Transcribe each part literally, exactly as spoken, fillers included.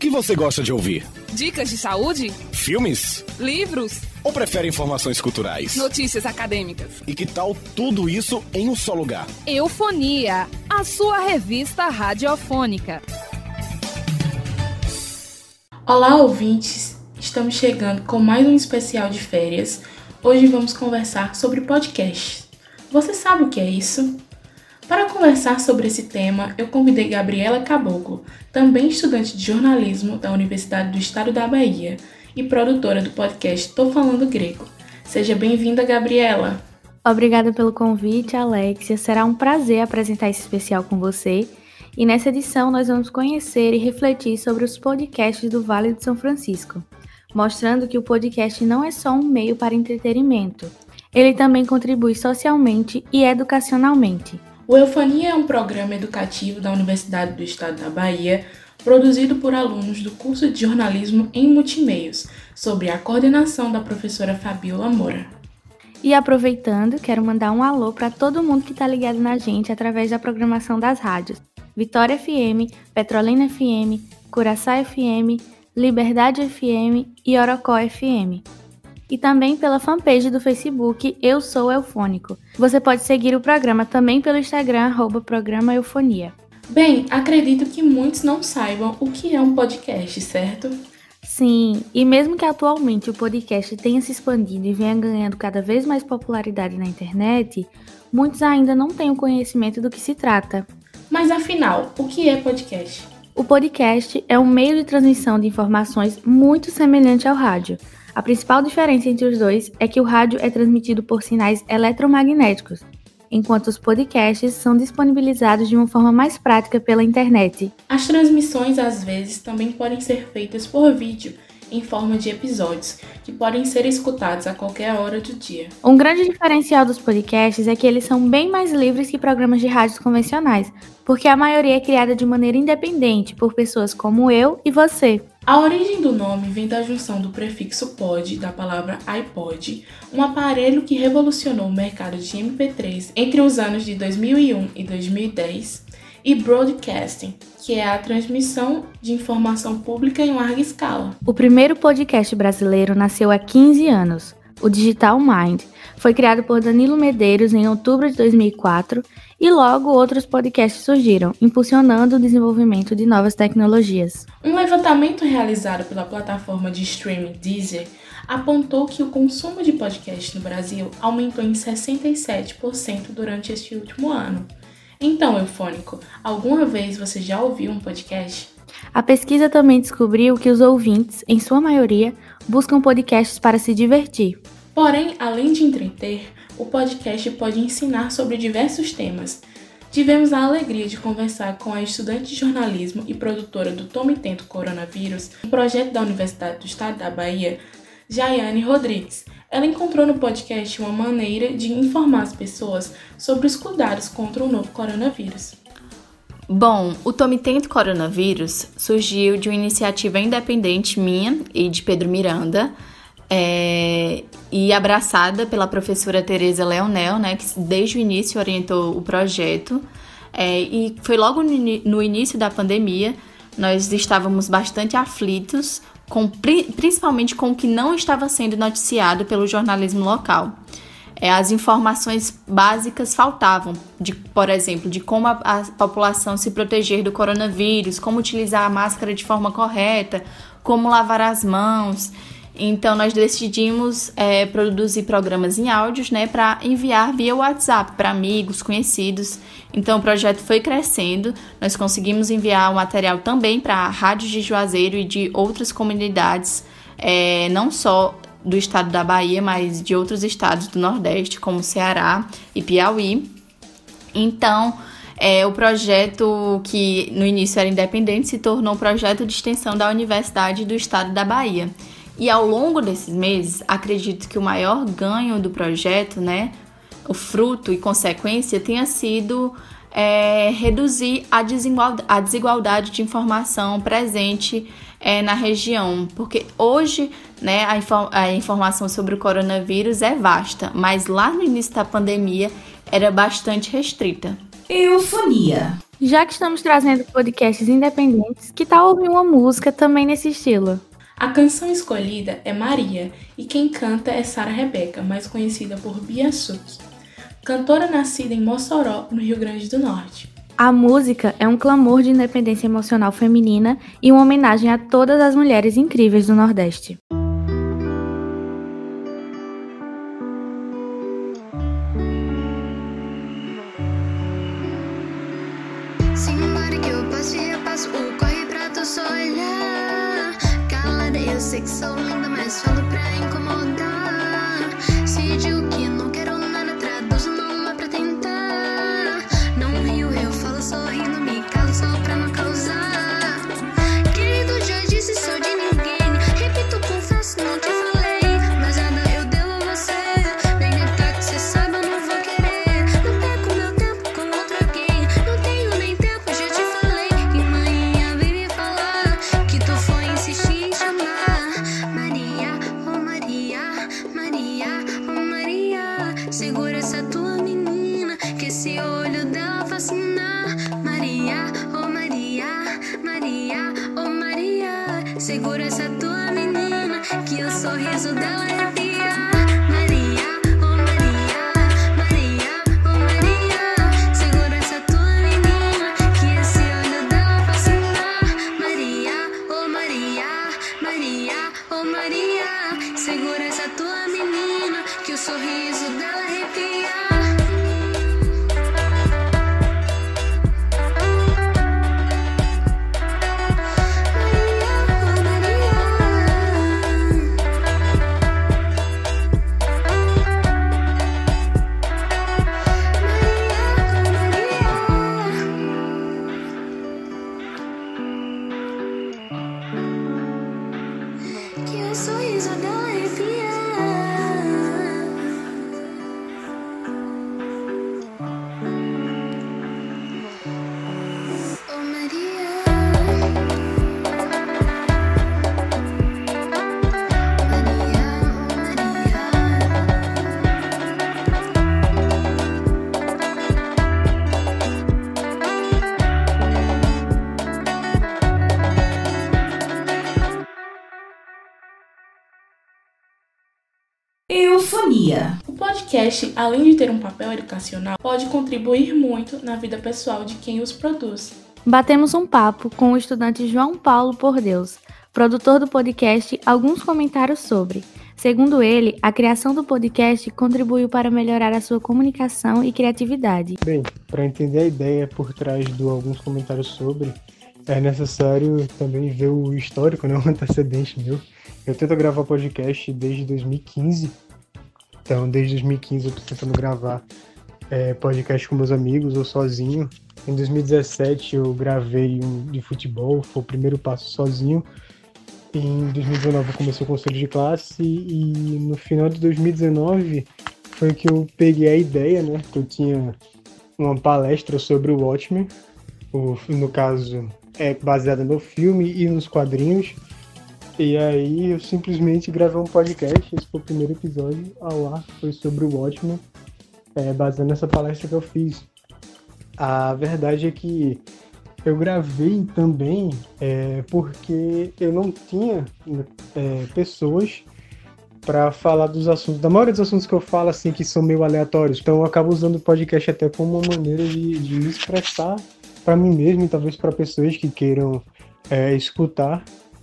que você gosta de ouvir? Dicas de saúde? Filmes? Livros? Ou prefere informações culturais? Notícias acadêmicas? E que tal tudo isso em um só lugar? Eufonia, a sua revista radiofônica. Olá, ouvintes! Estamos chegando com mais um especial de férias. Hoje vamos conversar sobre podcasts. Você sabe o que é isso? Para conversar sobre esse tema, eu convidei Gabriela Caboclo, também estudante de jornalismo da Universidade do Estado da Bahia e produtora do podcast Tô Falando Grego. Seja bem-vinda, Gabriela! Obrigada pelo convite, Alexia. Será um prazer apresentar esse especial com você. E nessa edição nós vamos conhecer e refletir sobre os podcasts do Vale do São Francisco, mostrando que o podcast não é só um meio para entretenimento. Ele também contribui socialmente e educacionalmente. O Eufonia é um programa educativo da Universidade do Estado da Bahia, produzido por alunos do curso de jornalismo em multimeios, sob a coordenação da professora Fabiola Moura. E aproveitando, quero mandar um alô para todo mundo que está ligado na gente através da programação das rádios Vitória F M, Petrolina F M, Curaçá F M, Liberdade F M e Orocó F M. E também pela fanpage do Facebook Eu Sou Eufônico. Você pode seguir o programa também pelo Instagram, arroba Programa Eufonia. Bem, acredito que muitos não saibam o que é um podcast, certo? Sim, e mesmo que atualmente o podcast tenha se expandido e venha ganhando cada vez mais popularidade na internet, muitos ainda não têm o conhecimento do que se trata. Mas afinal, o que é podcast? O podcast é um meio de transmissão de informações muito semelhante ao rádio. A principal diferença entre os dois é que o rádio é transmitido por sinais eletromagnéticos, enquanto os podcasts são disponibilizados de uma forma mais prática pela internet. As transmissões, às vezes, também podem ser feitas por vídeo, em forma de episódios, que podem ser escutados a qualquer hora do dia. Um grande diferencial dos podcasts é que eles são bem mais livres que programas de rádios convencionais, porque a maioria é criada de maneira independente por pessoas como eu e você. A origem do nome vem da junção do prefixo pod, da palavra iPod, um aparelho que revolucionou o mercado de M P três entre os anos de dois mil e um e dois mil e dez, e broadcasting, que é a transmissão de informação pública em larga escala. O primeiro podcast brasileiro nasceu há quinze anos, o Digital Mind. Foi criado por Danilo Medeiros em outubro de dois mil e quatro e logo outros podcasts surgiram, impulsionando o desenvolvimento de novas tecnologias. Um levantamento realizado pela plataforma de streaming Deezer apontou que o consumo de podcast no Brasil aumentou em sessenta e sete por cento durante este último ano. Então, Eufônico, alguma vez você já ouviu um podcast? A pesquisa também descobriu que os ouvintes, em sua maioria, buscam podcasts para se divertir. Porém, além de entreter, o podcast pode ensinar sobre diversos temas. Tivemos a alegria de conversar com a estudante de jornalismo e produtora do Tome Tento Coronavírus, um projeto da Universidade do Estado da Bahia, Jaiane Rodrigues. Ela encontrou no podcast uma maneira de informar as pessoas sobre os cuidados contra o novo coronavírus. Bom, o Tome Tento Coronavírus surgiu de uma iniciativa independente minha e de Pedro Miranda, é, e abraçada pela professora Tereza Leonel, né, que desde o início orientou o projeto, é, e foi logo no, no início da pandemia. Nós estávamos bastante aflitos, com, principalmente com o que não estava sendo noticiado pelo jornalismo local. É, as informações básicas faltavam, de, por exemplo, de como a, a população se proteger do coronavírus, como utilizar a máscara de forma correta, como lavar as mãos. Então, nós decidimos é, produzir programas em áudios, né, para enviar via WhatsApp para amigos, conhecidos. Então, o projeto foi crescendo. Nós conseguimos enviar o material também para rádios de Juazeiro e de outras comunidades, é, não só do estado da Bahia, mas de outros estados do Nordeste, como Ceará e Piauí. Então, é, o projeto, que no início era independente, se tornou um projeto de extensão da Universidade do Estado da Bahia. E ao longo desses meses, acredito que o maior ganho do projeto, né, o fruto e consequência, tenha sido é, reduzir a desigualdade, a desigualdade de informação presente é, na região. Porque hoje, né, a, infor- a informação sobre o coronavírus é vasta, mas lá no início da pandemia era bastante restrita. Eufonia. Já que estamos trazendo podcasts independentes, que tal ouvir uma música também nesse estilo? A canção escolhida é Maria e quem canta é Sara Rebeca, mais conhecida por Bia Suki, cantora nascida em Mossoró, no Rio Grande do Norte. A música é um clamor de independência emocional feminina e uma homenagem a todas as mulheres incríveis do Nordeste. Simbora que eu passo e repasso o corre pra tu só olhar. Calada, eu sei que sou linda, mas falo pra incomodar. Se digo que não quero nada, traduzo não é pra tentar. Não rio, eu falo sorrindo, me calo só pra não causar. Querido, já disse, sou de ninguém. Repito, confesso, não te falei, mas nada eu devo a você. Nem tentar que cê saiba, eu não vou querer. Não perco meu tempo com outro alguém. Não tenho nem tempo, já te falei. E manhã vem me falar que tu foi insistir em chamar. Maria, oh Maria, Maria, oh Maria. Segura essa tua menina, que esse olho dela fascina. Maria, oh Maria, Maria, oh Maria. Segura essa tua menina, que o sorriso dela arrepia. Maria, oh Maria, Maria, oh Maria. Segura essa tua menina, que esse olho dela fascina. Maria, oh Maria, Maria, oh Maria. Segura essa tua menina, que o sorriso dela arrepia. Que o sorriso dela arrepia. Oh Maria, Maria, oh Maria. Eufonia. O podcast, além de ter um papel educacional, pode contribuir muito na vida pessoal de quem os produz. Batemos um papo com o estudante João Paulo Por Deus, produtor do podcast, alguns comentários sobre. Segundo ele, a criação do podcast contribuiu para melhorar a sua comunicação e criatividade. Bem, para entender a ideia por trás de alguns comentários sobre, é necessário também ver o histórico, né, o antecedente meu. Eu tento gravar podcast desde dois mil e quinze, então desde dois mil e quinze eu estou tentando gravar é, podcast com meus amigos ou sozinho. Em dois mil e dezessete eu gravei um de futebol, foi o primeiro passo sozinho. Em dois mil e dezenove eu comecei o conselho de classe e no final de dois mil e dezenove foi que eu peguei a ideia, né, que eu tinha uma palestra sobre o Watchmen, o, no caso é baseada no filme e nos quadrinhos. E aí eu simplesmente gravei um podcast, esse foi o primeiro episódio ao ar, foi sobre o Watchmen, é, baseado nessa palestra que eu fiz. A verdade é que eu gravei também é, porque eu não tinha é, pessoas para falar dos assuntos, da maioria dos assuntos que eu falo assim, que são meio aleatórios, então eu acabo usando o podcast até como uma maneira de, de me expressar para mim mesmo e talvez para pessoas que queiram é, escutar.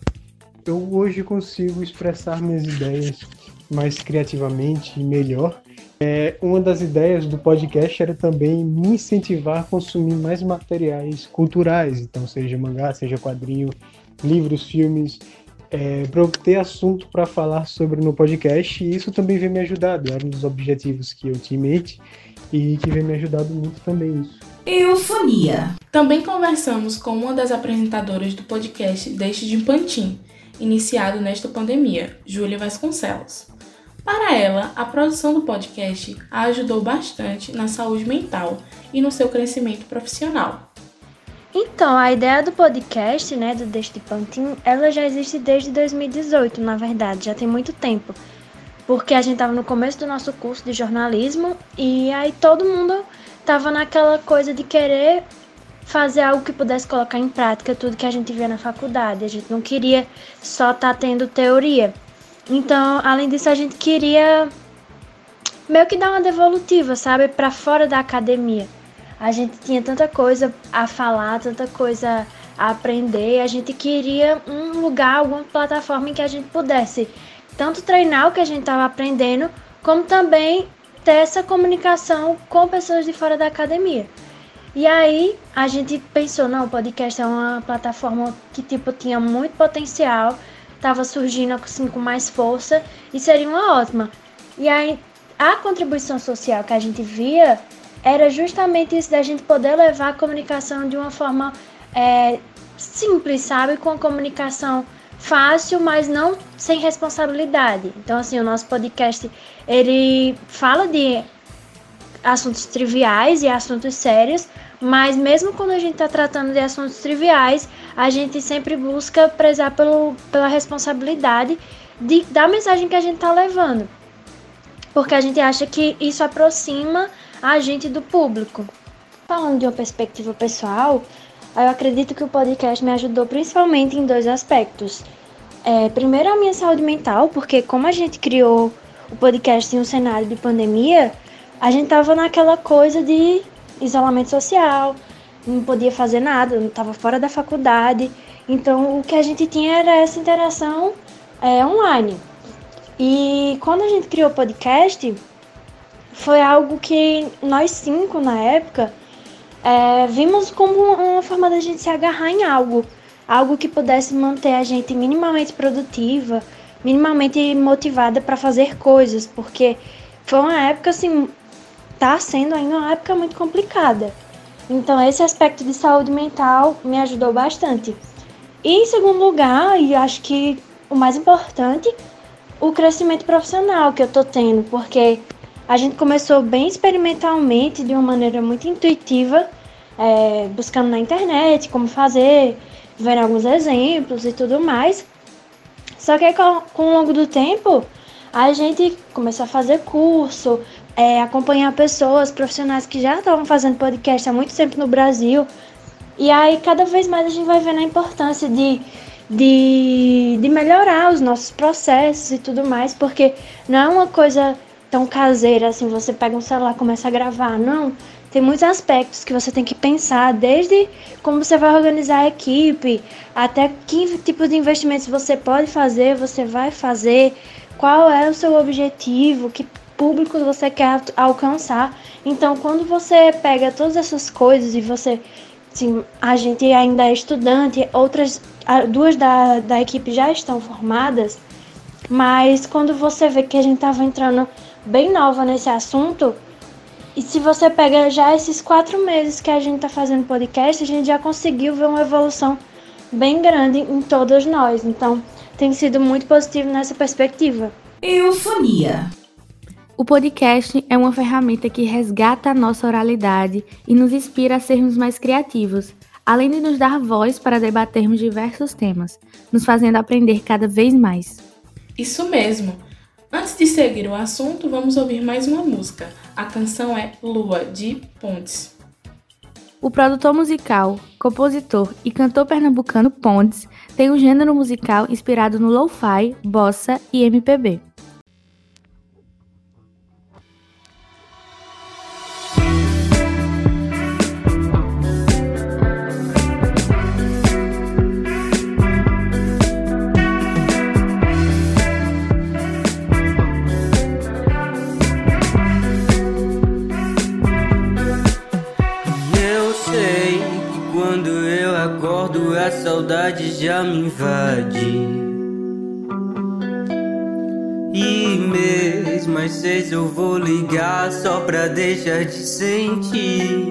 Eu hoje consigo expressar minhas ideias mais criativamente e melhor. É, uma das ideias do podcast era também me incentivar a consumir mais materiais culturais, então seja mangá, seja quadrinho, livros, filmes, é, para eu ter assunto para falar sobre no podcast, e isso também vem me ajudando, era um dos objetivos que eu tinha em mente e que vem me ajudando muito também isso. Eufonia. Também conversamos com uma das apresentadoras do podcast Deixe de Pantin, iniciado nesta pandemia, Júlia Vasconcelos. Para ela, a produção do podcast a ajudou bastante na saúde mental e no seu crescimento profissional. Então, a ideia do podcast, né, do Deixe de Pantin, ela já existe desde dois mil e dezoito, na verdade, já tem muito tempo. Porque a gente estava no começo do nosso curso de jornalismo e aí todo mundo tava naquela coisa de querer fazer algo que pudesse colocar em prática tudo que a gente via na faculdade. A gente não queria só estar tendo teoria. Então, além disso, a gente queria meio que dar uma devolutiva, sabe, para fora da academia. A gente tinha tanta coisa a falar, tanta coisa a aprender. A gente queria um lugar, alguma plataforma em que a gente pudesse tanto treinar o que a gente estava aprendendo, como também ter essa comunicação com pessoas de fora da academia. E aí a gente pensou, não, o podcast é uma plataforma que tipo tinha muito potencial, estava surgindo assim com mais força e seria uma ótima. E aí a contribuição social que a gente via era justamente isso, da gente poder levar a comunicação de uma forma é, simples, sabe? Com a comunicação fácil, mas não sem responsabilidade. Então, assim, o nosso podcast, ele fala de assuntos triviais e assuntos sérios, mas mesmo quando a gente está tratando de assuntos triviais, a gente sempre busca prezar pelo, pela responsabilidade de, da mensagem que a gente está levando, porque a gente acha que isso aproxima a gente do público. Falando de uma perspectiva pessoal, eu acredito que o podcast me ajudou principalmente em dois aspectos. É, primeiro, a minha saúde mental, porque como a gente criou o podcast em um cenário de pandemia, a gente tava naquela coisa de isolamento social, não podia fazer nada, não estava fora da faculdade. Então, o que a gente tinha era essa interação é, online. E quando a gente criou o podcast, foi algo que nós cinco, na época, é, vimos como uma forma da gente se agarrar em algo. Algo que pudesse manter a gente minimamente produtiva, minimamente motivada para fazer coisas. Porque foi uma época, assim, tá sendo ainda uma época muito complicada. Então, esse aspecto de saúde mental me ajudou bastante. E, em segundo lugar, e acho que o mais importante, o crescimento profissional que eu tô tendo. Porque a gente começou bem experimentalmente, de uma maneira muito intuitiva, é, buscando na internet como fazer, vendo alguns exemplos e tudo mais. Só que aí, com, com o longo do tempo, a gente começou a fazer curso, é, acompanhar pessoas, profissionais que já estavam fazendo podcast há muito tempo no Brasil. E aí, cada vez mais a gente vai vendo a importância de, de, de melhorar os nossos processos e tudo mais, porque não é uma coisa tão caseira, assim, você pega um celular e começa a gravar, não. Tem muitos aspectos que você tem que pensar, desde como você vai organizar a equipe, até que tipo de investimentos você pode fazer, você vai fazer, qual é o seu objetivo, que público você quer alcançar. Então, quando você pega todas essas coisas e você, assim, a gente ainda é estudante, outras, duas da, da equipe já estão formadas, mas quando você vê que a gente estava entrando bem nova nesse assunto, e se você pega já esses quatro meses que a gente está fazendo podcast, a gente já conseguiu ver uma evolução bem grande em todos nós. Então, tem sido muito positivo nessa perspectiva. Eufonia. O podcast é uma ferramenta que resgata a nossa oralidade e nos inspira a sermos mais criativos, além de nos dar voz para debatermos diversos temas, nos fazendo aprender cada vez mais. Isso mesmo! Antes de seguir o assunto, vamos ouvir mais uma música. A canção é Lua, de Pontes. O produtor musical, compositor e cantor pernambucano Pontes tem um gênero musical inspirado no lo-fi, bossa e M P B. A saudade já me invade. E mesmo às seis eu vou ligar só pra deixar de sentir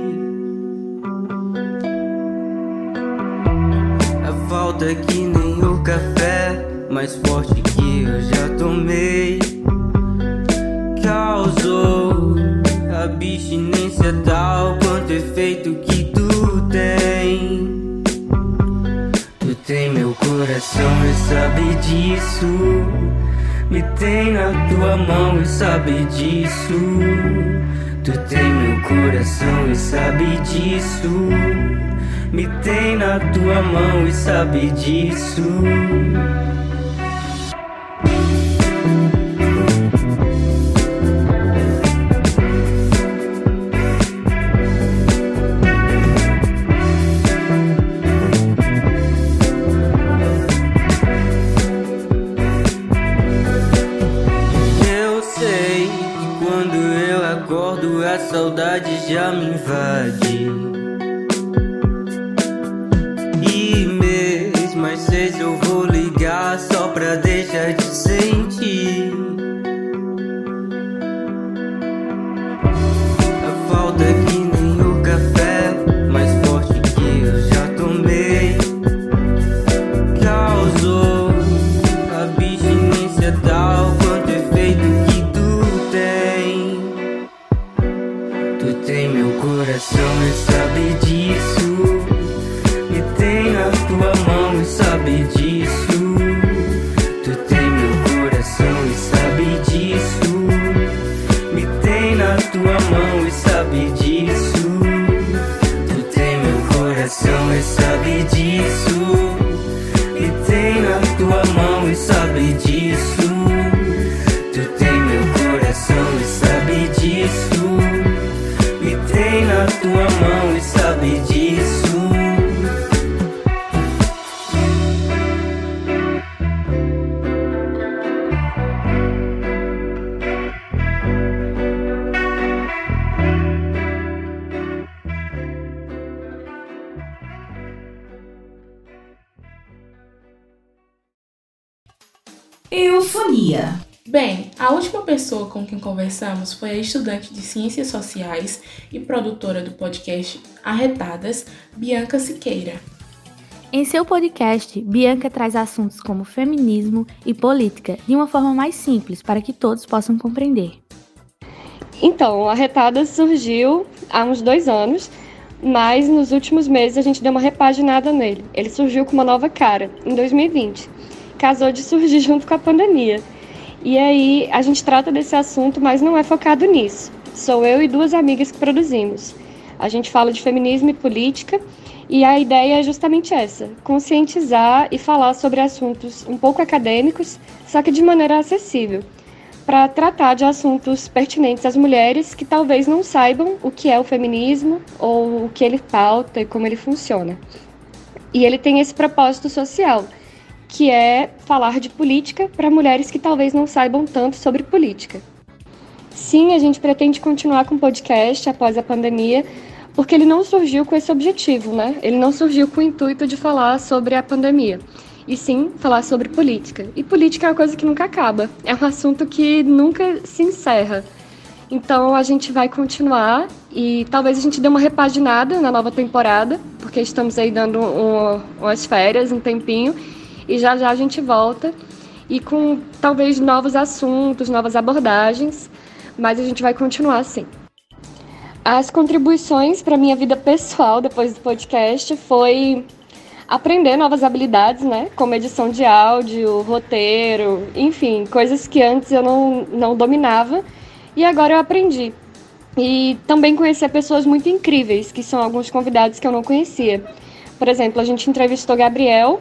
a falta que nem o café mais forte que eu já tomei causou abstinência tal quanto efeito que tu tem. Tu tem meu coração e sabe disso. Me tem na tua mão e sabe disso. Tu tem meu coração e sabe disso. Me tem na tua mão e sabe disso. A saudade já me invade. E mês mais seis eu vou ligar só pra deixar de sentir a falta que nem o café mais forte que eu já tomei causou abstinência tal quanto efeito que tu tem. Tu tem meu coração e sabe disso. Me tem na tua mão e sabe disso. Tu tem meu coração e sabe disso. Me tem na tua mão e sabe disso. Tu tem meu coração e sabe disso. Me tem na tua mão e sabe disso. Tu tem meu coração e sabe disso. Me tem na tua mão e sabe disso. Eufonia. Bem, a última pessoa com quem conversamos foi a estudante de Ciências Sociais e produtora do podcast Arretadas, Bianca Siqueira. Em seu podcast, Bianca traz assuntos como feminismo e política de uma forma mais simples para que todos possam compreender. Então, Arretadas surgiu há uns dois anos, mas nos últimos meses a gente deu uma repaginada nele. Ele surgiu com uma nova cara, em dois mil e vinte. Casou de surgir junto com a pandemia. E aí a gente trata desse assunto, mas não é focado nisso. Sou eu e duas amigas que produzimos. A gente fala de feminismo e política, e a ideia é justamente essa: conscientizar e falar sobre assuntos um pouco acadêmicos, só que de maneira acessível, para tratar de assuntos pertinentes às mulheres que talvez não saibam o que é o feminismo, ou o que ele pauta e como ele funciona. E ele tem esse propósito social, que é falar de política para mulheres que talvez não saibam tanto sobre política. Sim, a gente pretende continuar com o podcast após a pandemia, porque ele não surgiu com esse objetivo, né? Ele não surgiu com o intuito de falar sobre a pandemia, e sim falar sobre política. E política é uma coisa que nunca acaba, é um assunto que nunca se encerra. Então a gente vai continuar e talvez a gente dê uma repaginada na nova temporada, porque estamos aí dando um, umas férias, um tempinho, e já já a gente volta, e com talvez novos assuntos, novas abordagens, mas a gente vai continuar sim. As contribuições para a minha vida pessoal depois do podcast foi aprender novas habilidades, né? Como edição de áudio, roteiro, enfim, coisas que antes eu não, não dominava e agora eu aprendi. E também conhecer pessoas muito incríveis, que são alguns convidados que eu não conhecia. Por exemplo, a gente entrevistou Gabriel,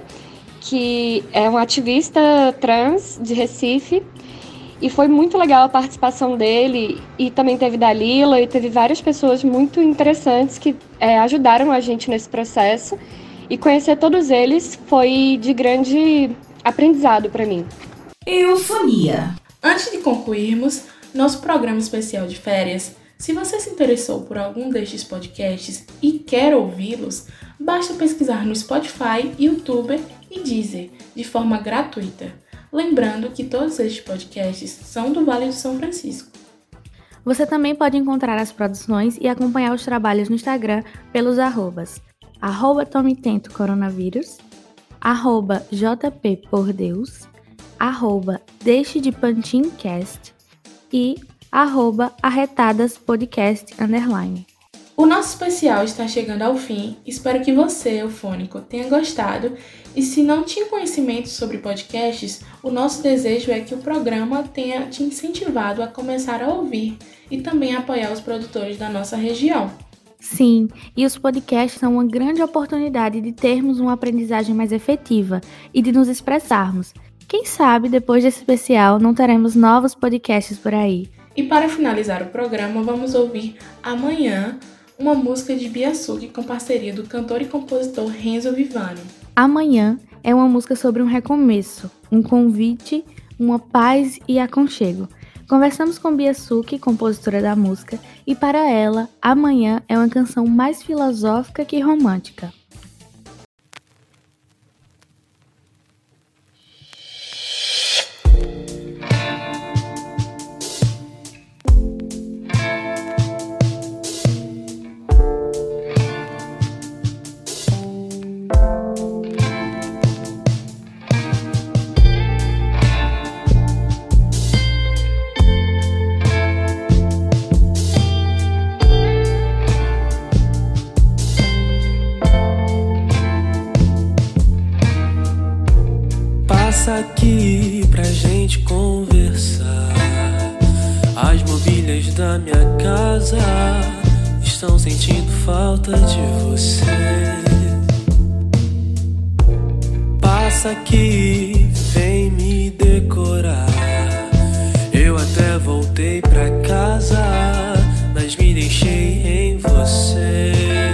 que é um ativista trans de Recife, e foi muito legal a participação dele, e também teve Dalila, e teve várias pessoas muito interessantes que é, ajudaram a gente nesse processo, e conhecer todos eles foi de grande aprendizado para mim. Eufonia. Antes de concluirmos nosso programa especial de férias, se você se interessou por algum destes podcasts e quer ouvi-los, basta pesquisar no Spotify, YouTube e Deezer, de forma gratuita. Lembrando que todos estes podcasts são do Vale do São Francisco. Você também pode encontrar as produções e acompanhar os trabalhos no Instagram pelos arrobas, arroba tomitento coronavírus, arroba jppordeus, arroba deixe de pantincast e arroba arretadaspodcast underline. O nosso especial está chegando ao fim. Espero que você, eufônico, tenha gostado. E se não tinha conhecimento sobre podcasts, o nosso desejo é que o programa tenha te incentivado a começar a ouvir e também apoiar os produtores da nossa região. Sim, e os podcasts são uma grande oportunidade de termos uma aprendizagem mais efetiva e de nos expressarmos. Quem sabe, depois desse especial, não teremos novos podcasts por aí. E para finalizar o programa, vamos ouvir Amanhã, uma música de Biasuque com parceria do cantor e compositor Renzo Vivani. Amanhã é uma música sobre um recomeço, um convite, uma paz e aconchego. Conversamos com Biasuque, compositora da música, e para ela, Amanhã é uma canção mais filosófica que romântica. Aqui pra gente conversar. As mobílias da minha casa estão sentindo falta de você. Passa aqui, vem me decorar. Eu até voltei pra casa, mas me deixei em você.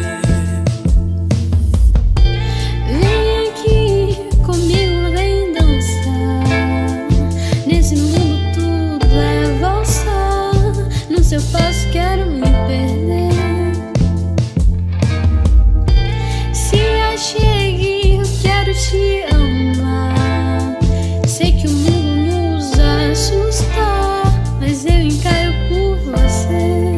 Vem aqui comigo. Se eu posso, quero me perder. Se achegue, eu quero te amar. Sei que o mundo nos assusta, mas eu encaio por você.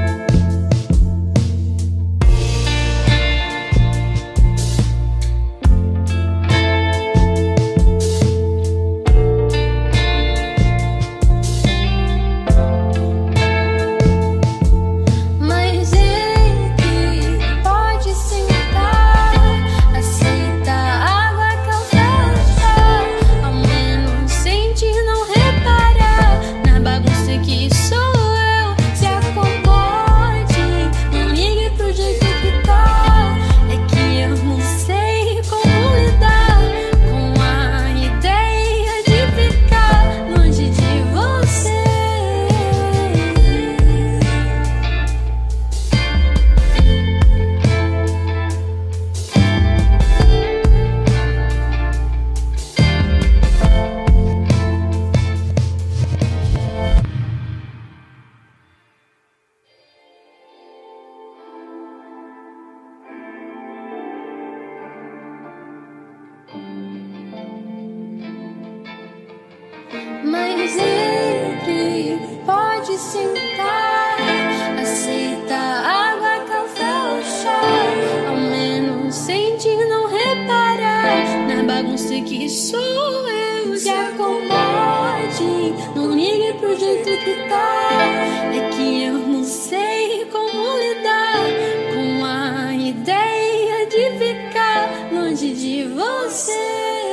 Mas entre, pode sentar, aceita a água, café ou chá. Ao menos sente e não reparar na bagunça que sou eu. Se acomode, não ligue pro jeito que tá. É que eu não sei como lidar com a ideia de ficar longe de você.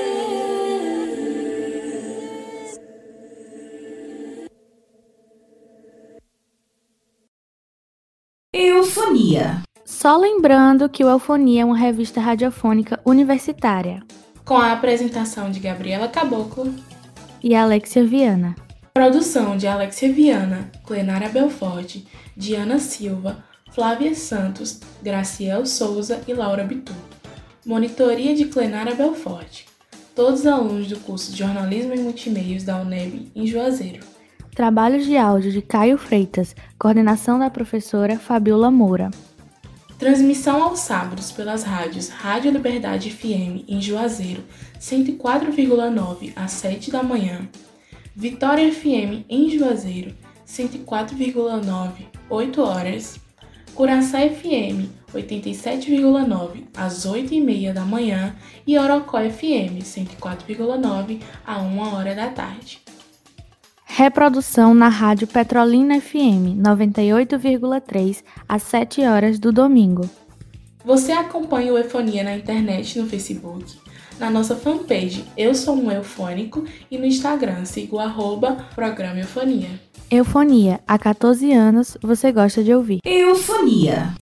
Eufonia. Só lembrando que o Eufonia é uma revista radiofônica universitária. Com a apresentação de Gabriela Caboclo e Alexia Viana. Produção de Alexia Viana, Clenara Belfort, Diana Silva, Flávia Santos, Graciel Souza e Laura Bitu. Monitoria de Clenara Belfort. Todos alunos do curso de Jornalismo e Multimeios da U N E B em Juazeiro. Trabalhos de áudio de Caio Freitas, coordenação da professora Fabiola Moura. Transmissão aos sábados pelas rádios Rádio Liberdade F M em Juazeiro, cento e quatro vírgula nove às sete da manhã. Vitória F M em Juazeiro, cento e quatro vírgula nove, oito horas. Curaçá F M, oitenta e sete vírgula nove às oito e meia da manhã. E Orocó F M, cento e quatro vírgula nove a uma hora da tarde. Reprodução na Rádio Petrolina F M noventa e oito vírgula três às sete horas do domingo. Você acompanha o Eufonia na internet, no Facebook, na nossa fanpage Eu Sou um Eufônico e no Instagram, siga o arroba Programa Eufonia. Eufonia, há catorze anos você gosta de ouvir. Eufonia.